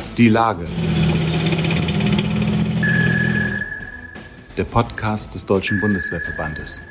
Die Lage. Der Podcast des Deutschen Bundeswehrverbandes.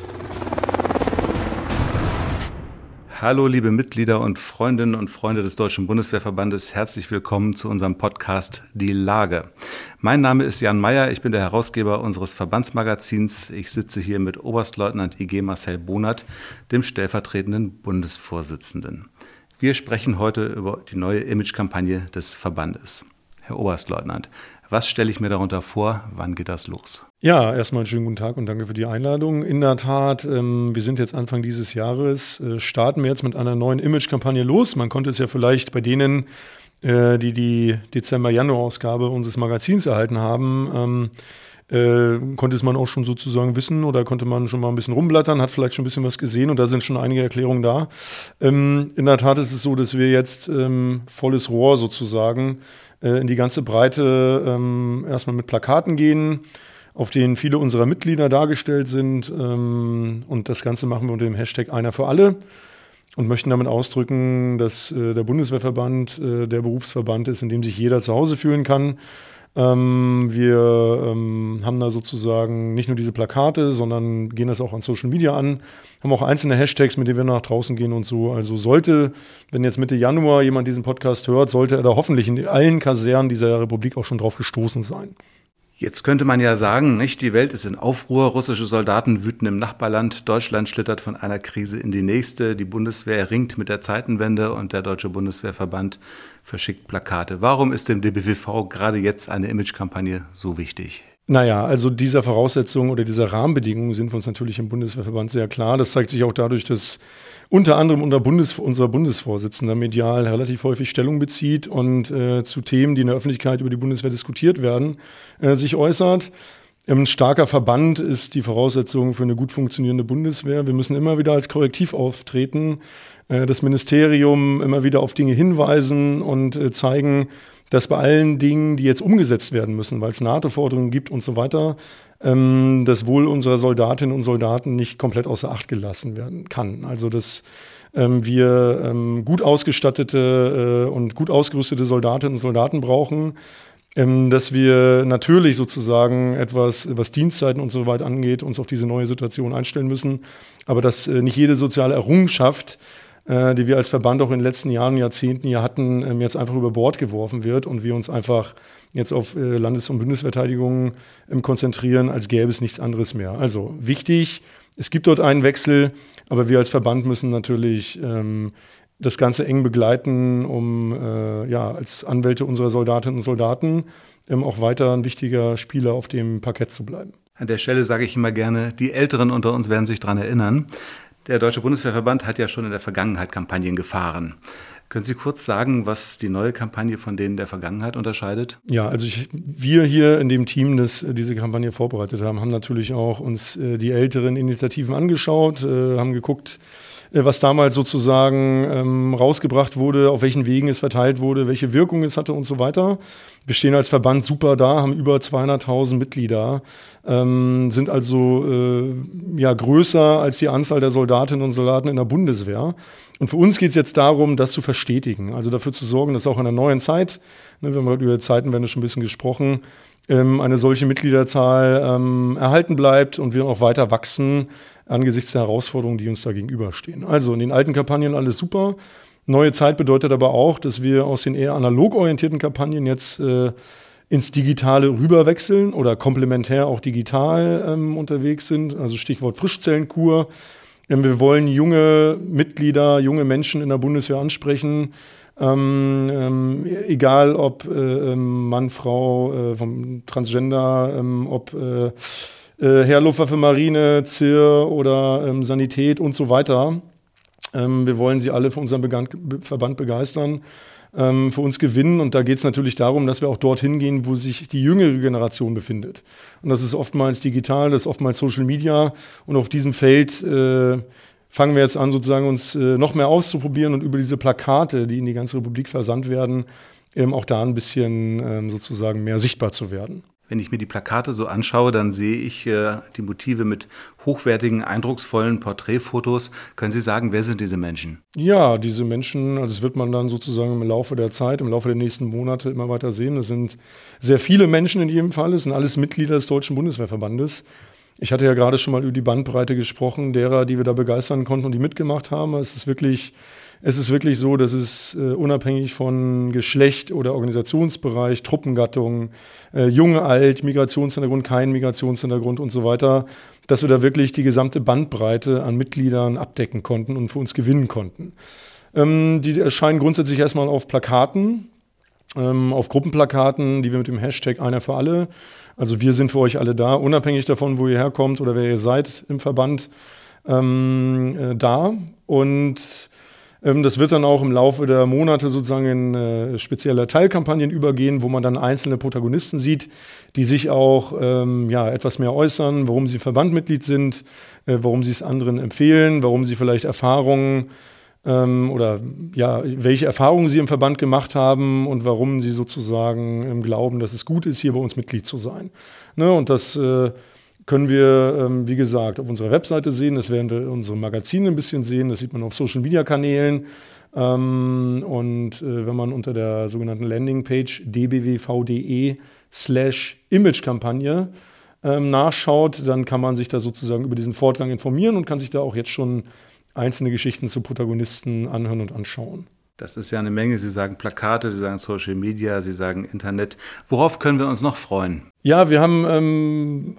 Hallo liebe Mitglieder und Freundinnen und Freunde des Deutschen Bundeswehrverbandes, herzlich willkommen zu unserem Podcast Die Lage. Mein Name ist Jan Meyer, ich bin der Herausgeber unseres Verbandsmagazins. Ich sitze hier mit Oberstleutnant IG Marcel Bonert, dem stellvertretenden Bundesvorsitzenden. Wir sprechen heute über die neue Imagekampagne des Verbandes. Herr Oberstleutnant, was stelle ich mir darunter vor? Wann geht das los? Ja, erstmal einen schönen guten Tag und danke für die Einladung. In der Tat, wir sind jetzt Anfang dieses Jahres, starten wir jetzt mit einer neuen Imagekampagne los. Man konnte es ja vielleicht bei denen, die Dezember-Januar-Ausgabe unseres Magazins erhalten haben, konnte es man auch schon sozusagen wissen oder konnte man schon mal ein bisschen rumblättern, hat vielleicht schon ein bisschen was gesehen und da sind schon einige Erklärungen da. In der Tat ist es so, dass wir jetzt volles Rohr sozusagen in die ganze Breite erstmal mit Plakaten gehen, auf denen viele unserer Mitglieder dargestellt sind. Und das Ganze machen wir unter dem Hashtag Einer für alle und möchten damit ausdrücken, dass der Bundeswehrverband der Berufsverband ist, in dem sich jeder zu Hause fühlen kann. Wir haben da sozusagen nicht nur diese Plakate, sondern gehen das auch an Social Media an, haben auch einzelne Hashtags, mit denen wir nach draußen gehen und so. Also sollte, wenn jetzt Mitte Januar jemand diesen Podcast hört, sollte er da hoffentlich in allen Kasernen dieser Republik auch schon drauf gestoßen sein. Jetzt könnte man ja sagen, nicht, die Welt ist in Aufruhr, russische Soldaten wüten im Nachbarland, Deutschland schlittert von einer Krise in die nächste, die Bundeswehr ringt mit der Zeitenwende und der Deutsche Bundeswehrverband verschickt Plakate. Warum ist dem DBWV gerade jetzt eine Imagekampagne so wichtig? Naja, also dieser Voraussetzungen oder dieser Rahmenbedingungen sind wir uns natürlich im Bundeswehrverband sehr klar. Das zeigt sich auch dadurch, dass unter anderem unser Bundesvorsitzender medial relativ häufig Stellung bezieht und zu Themen, die in der Öffentlichkeit über die Bundeswehr diskutiert werden, sich äußert. Ein starker Verband ist die Voraussetzung für eine gut funktionierende Bundeswehr. Wir müssen immer wieder als Korrektiv auftreten, das Ministerium immer wieder auf Dinge hinweisen und zeigen, dass bei allen Dingen, die jetzt umgesetzt werden müssen, weil es NATO-Forderungen gibt und so weiter, das Wohl unserer Soldatinnen und Soldaten nicht komplett außer Acht gelassen werden kann. Also dass wir gut ausgestattete und gut ausgerüstete Soldatinnen und Soldaten brauchen, dass wir natürlich sozusagen etwas, was Dienstzeiten und so weiter angeht, uns auf diese neue Situation einstellen müssen, aber dass nicht jede soziale Errungenschaft, die wir als Verband auch in den letzten Jahren, Jahrzehnten ja hatten, jetzt einfach über Bord geworfen wird und wir uns einfach jetzt auf Landes- und Bundesverteidigung konzentrieren, als gäbe es nichts anderes mehr. Also wichtig, es gibt dort einen Wechsel, aber wir als Verband müssen natürlich das Ganze eng begleiten, um als Anwälte unserer Soldatinnen und Soldaten auch weiter ein wichtiger Spieler auf dem Parkett zu bleiben. An der Stelle sage ich immer gerne, die Älteren unter uns werden sich daran erinnern. Der Deutsche Bundeswehrverband hat ja schon in der Vergangenheit Kampagnen gefahren. Können Sie kurz sagen, was die neue Kampagne von denen der Vergangenheit unterscheidet? Ja, also wir hier in dem Team, das diese Kampagne vorbereitet haben, haben natürlich auch uns die älteren Initiativen angeschaut, haben geguckt, was damals sozusagen rausgebracht wurde, auf welchen Wegen es verteilt wurde, welche Wirkung es hatte und so weiter. Wir stehen als Verband super da, haben über 200.000 Mitglieder, sind also größer als die Anzahl der Soldatinnen und Soldaten in der Bundeswehr. Und für uns geht es jetzt darum, das zu verstetigen, also dafür zu sorgen, dass auch in der neuen Zeit, wir haben heute über Zeitenwende schon ein bisschen gesprochen, eine solche Mitgliederzahl erhalten bleibt und wir auch weiter wachsen angesichts der Herausforderungen, die uns da gegenüberstehen. Also in den alten Kampagnen alles super. Neue Zeit bedeutet aber auch, dass wir aus den eher analog orientierten Kampagnen jetzt ins Digitale rüberwechseln oder komplementär auch digital unterwegs sind. Also Stichwort Frischzellenkur. Wir wollen junge Mitglieder, junge Menschen in der Bundeswehr ansprechen. Egal ob Mann, Frau, vom Transgender, ob Herr Luftwaffe, Marine, ZIR oder Sanität und so weiter. Wir wollen sie alle für unseren Verband begeistern, für uns gewinnen. Und da geht es natürlich darum, dass wir auch dorthin gehen, wo sich die jüngere Generation befindet. Und das ist oftmals digital, das ist oftmals Social Media. Und auf diesem Feld fangen wir jetzt an, sozusagen uns noch mehr auszuprobieren und über diese Plakate, die in die ganze Republik versandt werden, auch da ein bisschen sozusagen mehr sichtbar zu werden. Wenn ich mir die Plakate so anschaue, dann sehe ich die Motive mit hochwertigen, eindrucksvollen Porträtfotos. Können Sie sagen, wer sind diese Menschen? Ja, diese Menschen, also das wird man dann sozusagen im Laufe der Zeit, im Laufe der nächsten Monate immer weiter sehen. Das sind sehr viele Menschen in jedem Fall. Es sind alles Mitglieder des Deutschen Bundeswehrverbandes. Ich hatte ja gerade schon mal über die Bandbreite gesprochen, derer, die wir da begeistern konnten und die mitgemacht haben. Es ist wirklich so, dass es unabhängig von Geschlecht oder Organisationsbereich, Truppengattung, jung, alt, Migrationshintergrund, kein Migrationshintergrund und so weiter, dass wir da wirklich die gesamte Bandbreite an Mitgliedern abdecken konnten und für uns gewinnen konnten. Die erscheinen grundsätzlich erstmal auf Plakaten, auf Gruppenplakaten, die wir mit dem Hashtag Einer für alle, also wir sind für euch alle da, unabhängig davon, wo ihr herkommt oder wer ihr seid im Verband, da. Und das wird dann auch im Laufe der Monate sozusagen in spezielle Teilkampagnen übergehen, wo man dann einzelne Protagonisten sieht, die sich auch etwas mehr äußern, warum sie Verbandmitglied sind, warum sie es anderen empfehlen, warum sie vielleicht Erfahrungen welche Erfahrungen sie im Verband gemacht haben und warum sie sozusagen glauben, dass es gut ist, hier bei uns Mitglied zu sein. Ne? Und das können wir, wie gesagt, auf unserer Webseite sehen. Das werden wir in unserem Magazin ein bisschen sehen. Das sieht man auf Social-Media-Kanälen. Wenn man unter der sogenannten Landingpage dbwv.de/Image-Kampagne nachschaut, dann kann man sich da sozusagen über diesen Fortgang informieren und kann sich da auch jetzt schon einzelne Geschichten zu Protagonisten anhören und anschauen. Das ist ja eine Menge. Sie sagen Plakate, Sie sagen Social Media, Sie sagen Internet. Worauf können wir uns noch freuen? Ja, wir haben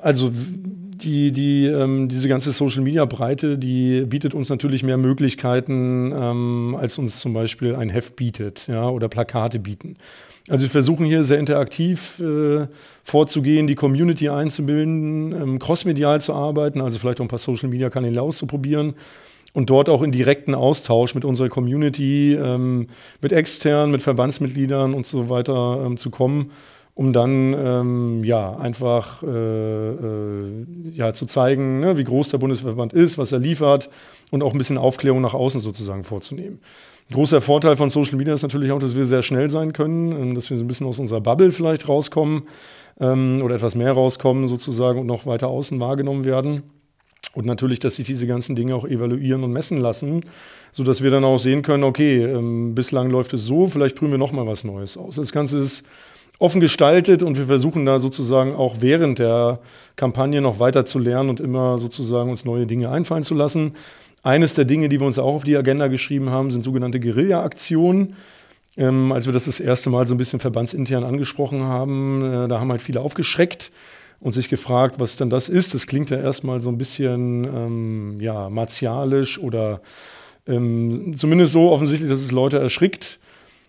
diese ganze Social-Media-Breite, die bietet uns natürlich mehr Möglichkeiten, als uns zum Beispiel ein Heft bietet, ja, oder Plakate bieten. Also wir versuchen hier sehr interaktiv vorzugehen, die Community einzubilden, crossmedial zu arbeiten, also vielleicht auch ein paar Social-Media-Kanäle auszuprobieren. Und dort auch in direkten Austausch mit unserer Community, mit externen, mit Verbandsmitgliedern und so weiter zu kommen, um dann einfach zu zeigen, ne, wie groß der Bundeswehrverband ist, was er liefert und auch ein bisschen Aufklärung nach außen sozusagen vorzunehmen. Ein großer Vorteil von Social Media ist natürlich auch, dass wir sehr schnell sein können, dass wir so ein bisschen aus unserer Bubble vielleicht rauskommen oder etwas mehr rauskommen sozusagen und noch weiter außen wahrgenommen werden. Und natürlich, dass sich diese ganzen Dinge auch evaluieren und messen lassen, sodass wir dann auch sehen können, okay, bislang läuft es so, vielleicht prüfen wir noch mal was Neues aus. Das Ganze ist offen gestaltet und wir versuchen da sozusagen auch während der Kampagne noch weiter zu lernen und immer sozusagen uns neue Dinge einfallen zu lassen. Eines der Dinge, die wir uns auch auf die Agenda geschrieben haben, sind sogenannte Guerilla-Aktionen. Als wir das erste Mal so ein bisschen verbandsintern angesprochen haben, da haben halt viele aufgeschreckt und sich gefragt, was denn das ist. Das klingt ja erstmal so ein bisschen martialisch oder zumindest so offensichtlich, dass es Leute erschrickt.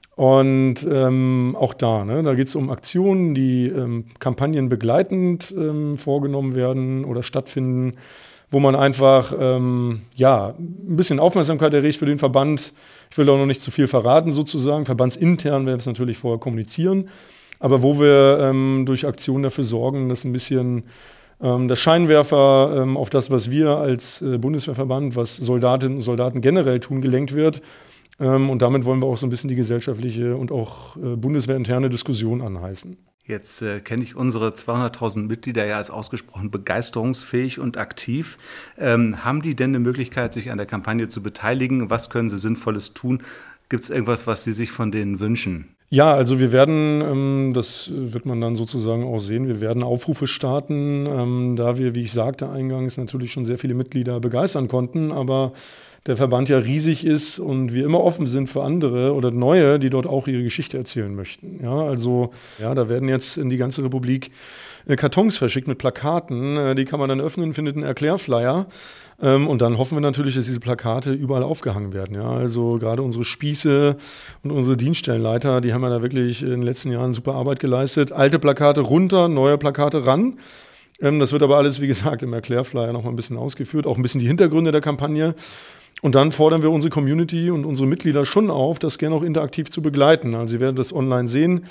Und auch da geht es um Aktionen, die Kampagnen begleitend vorgenommen werden oder stattfinden, wo man einfach ein bisschen Aufmerksamkeit erregt für den Verband. Ich will auch noch nicht zu viel verraten sozusagen. Verbandsintern werden wir es natürlich vorher kommunizieren. Aber wo wir durch Aktionen dafür sorgen, dass ein bisschen der Scheinwerfer auf das, was wir als Bundeswehrverband, was Soldatinnen und Soldaten generell tun, gelenkt wird. Und damit wollen wir auch so ein bisschen die gesellschaftliche und auch bundeswehrinterne Diskussion anheißen. Jetzt kenne ich unsere 200.000 Mitglieder ja als ausgesprochen begeisterungsfähig und aktiv. Haben die denn eine Möglichkeit, sich an der Kampagne zu beteiligen? Was können sie Sinnvolles tun? Gibt es irgendwas, was sie sich von denen wünschen? Ja, also wir werden, das wird man dann sozusagen auch sehen, wir werden Aufrufe starten, da wir, wie ich sagte eingangs, natürlich schon sehr viele Mitglieder begeistern konnten, aber der Verband ja riesig ist und wir immer offen sind für andere oder Neue, die dort auch ihre Geschichte erzählen möchten. Ja, also da werden jetzt in die ganze Republik Kartons verschickt mit Plakaten, die kann man dann öffnen, findet einen Erklärflyer. Und dann hoffen wir natürlich, dass diese Plakate überall aufgehangen werden. Ja, also gerade unsere Spieße und unsere Dienststellenleiter, die haben ja da wirklich in den letzten Jahren super Arbeit geleistet. Alte Plakate runter, neue Plakate ran. Das wird aber alles, wie gesagt, im Erklärflyer noch mal ein bisschen ausgeführt, auch ein bisschen die Hintergründe der Kampagne. Und dann fordern wir unsere Community und unsere Mitglieder schon auf, das gerne auch interaktiv zu begleiten. Also Sie werden das online sehen.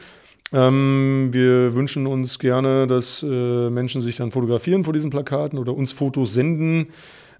Wir wünschen uns gerne, dass Menschen sich dann fotografieren vor diesen Plakaten oder uns Fotos senden,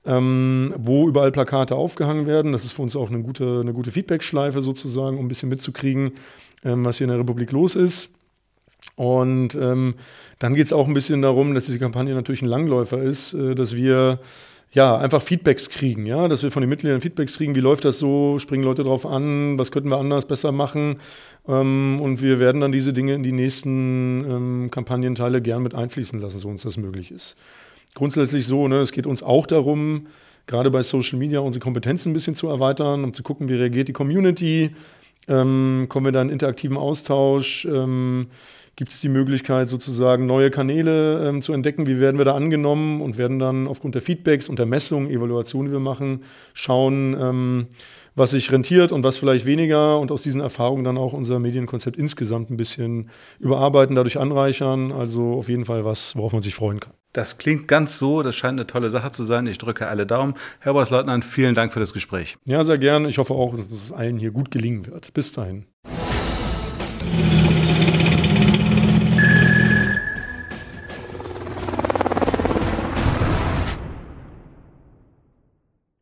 wo überall Plakate aufgehangen werden. Das ist für uns auch eine gute Feedback-Schleife sozusagen, um ein bisschen mitzukriegen, was hier in der Republik los ist. Und dann geht es auch ein bisschen darum, dass diese Kampagne natürlich ein Langläufer ist, dass wir einfach Feedbacks kriegen, dass wir von den Mitgliedern Feedbacks kriegen, wie läuft das so, springen Leute drauf an, was könnten wir anders, besser machen, und wir werden dann diese Dinge in die nächsten Kampagnenteile gern mit einfließen lassen, so uns das möglich ist. Grundsätzlich so, es geht uns auch darum, gerade bei Social Media unsere Kompetenzen ein bisschen zu erweitern, um zu gucken, wie reagiert die Community, kommen wir da in interaktiven Austausch, gibt es die Möglichkeit, sozusagen neue Kanäle zu entdecken, wie werden wir da angenommen, und werden dann aufgrund der Feedbacks und der Messungen, Evaluationen, die wir machen, schauen, was sich rentiert und was vielleicht weniger, und aus diesen Erfahrungen dann auch unser Medienkonzept insgesamt ein bisschen überarbeiten, dadurch anreichern. Also auf jeden Fall was, worauf man sich freuen kann. Das klingt ganz so, das scheint eine tolle Sache zu sein. Ich drücke alle Daumen. Herr Oberstleutnant, vielen Dank für das Gespräch. Ja, sehr gerne. Ich hoffe auch, dass es allen hier gut gelingen wird. Bis dahin.